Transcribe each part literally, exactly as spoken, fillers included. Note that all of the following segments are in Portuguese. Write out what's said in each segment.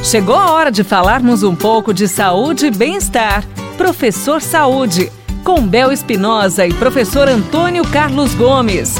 Chegou a hora de falarmos um pouco de saúde e bem-estar. Professor Saúde, com Bel Espinosa e professor Antônio Carlos Gomes.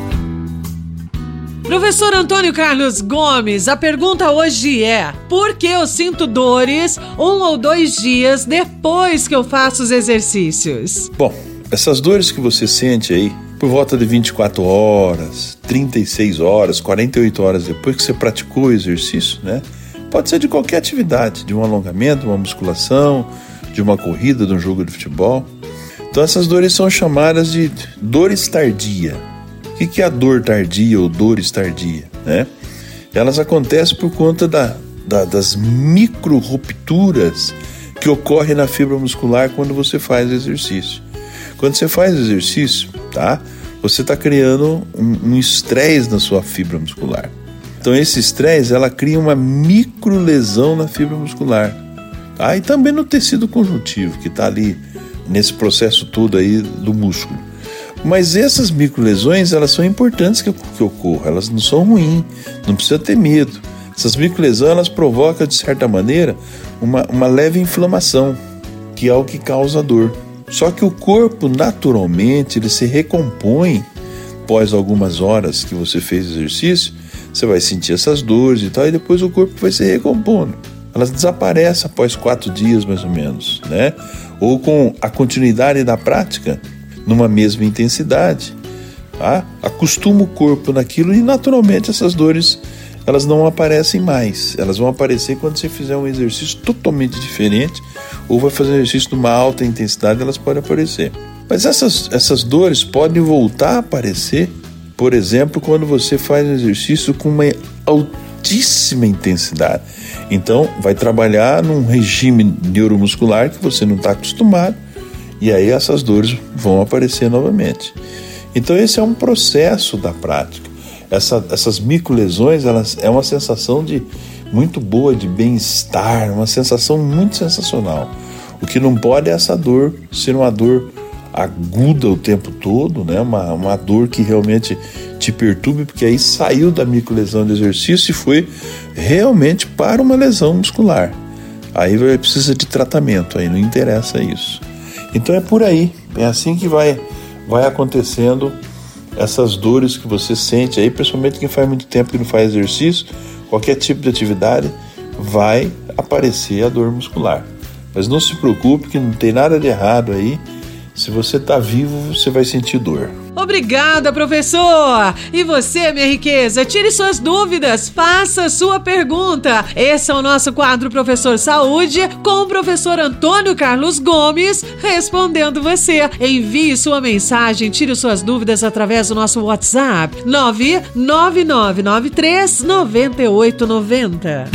Professor Antônio Carlos Gomes, a pergunta hoje é: por que eu sinto dores um ou dois dias depois que eu faço os exercícios? Bom, essas dores que você sente aí, por volta de vinte e quatro horas, trinta e seis horas, quarenta e oito horas depois que você praticou o exercício, né? Pode ser de qualquer atividade, de um alongamento, uma musculação, de uma corrida, de um jogo de futebol. Então essas dores são chamadas de dores tardia. O que é a dor tardia ou dores tardia, né? Elas acontecem por conta da, da, das micro rupturas que ocorrem na fibra muscular quando você faz exercício. Quando você faz exercício, tá? Você está criando um estresse na sua fibra muscular. Então esse estresse, ela cria uma micro lesão na fibra muscular, tá? E também no tecido conjuntivo, que está ali nesse processo todo aí do músculo. Mas essas microlesões, elas são importantes que, que ocorram, elas não são ruins, não precisa ter medo. Essas microlesões, elas provocam, de certa maneira, uma, uma leve inflamação, que é o que causa dor. Só que o corpo, naturalmente, ele se recompõe após algumas horas que você fez exercício. Você vai sentir essas dores e tal, e depois o corpo vai se recompondo. Elas desaparecem após quatro dias, mais ou menos, né? Ou com a continuidade da prática, numa mesma intensidade, tá? Acostuma o corpo naquilo e naturalmente essas dores, elas não aparecem mais. Elas vão aparecer quando você fizer um exercício totalmente diferente ou vai fazer um exercício de uma alta intensidade, elas podem aparecer. Mas essas, essas dores podem voltar a aparecer, por exemplo, quando você faz um exercício com uma altíssima intensidade. Então vai trabalhar num regime neuromuscular que você não está acostumado, e aí essas dores vão aparecer novamente. Então esse é um processo da prática. Essa, essas microlesões, elas é uma sensação de muito boa, de bem-estar, uma sensação muito sensacional. O que não pode é essa dor ser uma dor aguda o tempo todo, né? uma, uma dor que realmente te perturbe, porque aí saiu da microlesão de exercício e foi realmente para uma lesão muscular. Aí vai, precisa de tratamento, aí não interessa isso. Então é por aí, é assim que vai, vai acontecendo essas dores que você sente aí, principalmente quem faz muito tempo que não faz exercício, qualquer tipo de atividade, vai aparecer a dor muscular. Mas não se preocupe que não tem nada de errado aí. Se você está vivo, você vai sentir dor. Obrigada, professor! E você, minha riqueza, tire suas dúvidas, faça sua pergunta. Esse é o nosso quadro Professor Saúde, com o professor Antônio Carlos Gomes respondendo você. Envie sua mensagem, tire suas dúvidas através do nosso WhatsApp nove nove nove nove três nove oito nove zero.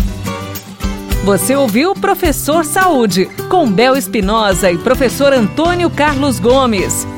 Você ouviu Professor Saúde, com Bel Espinosa e professor Antônio Carlos Gomes.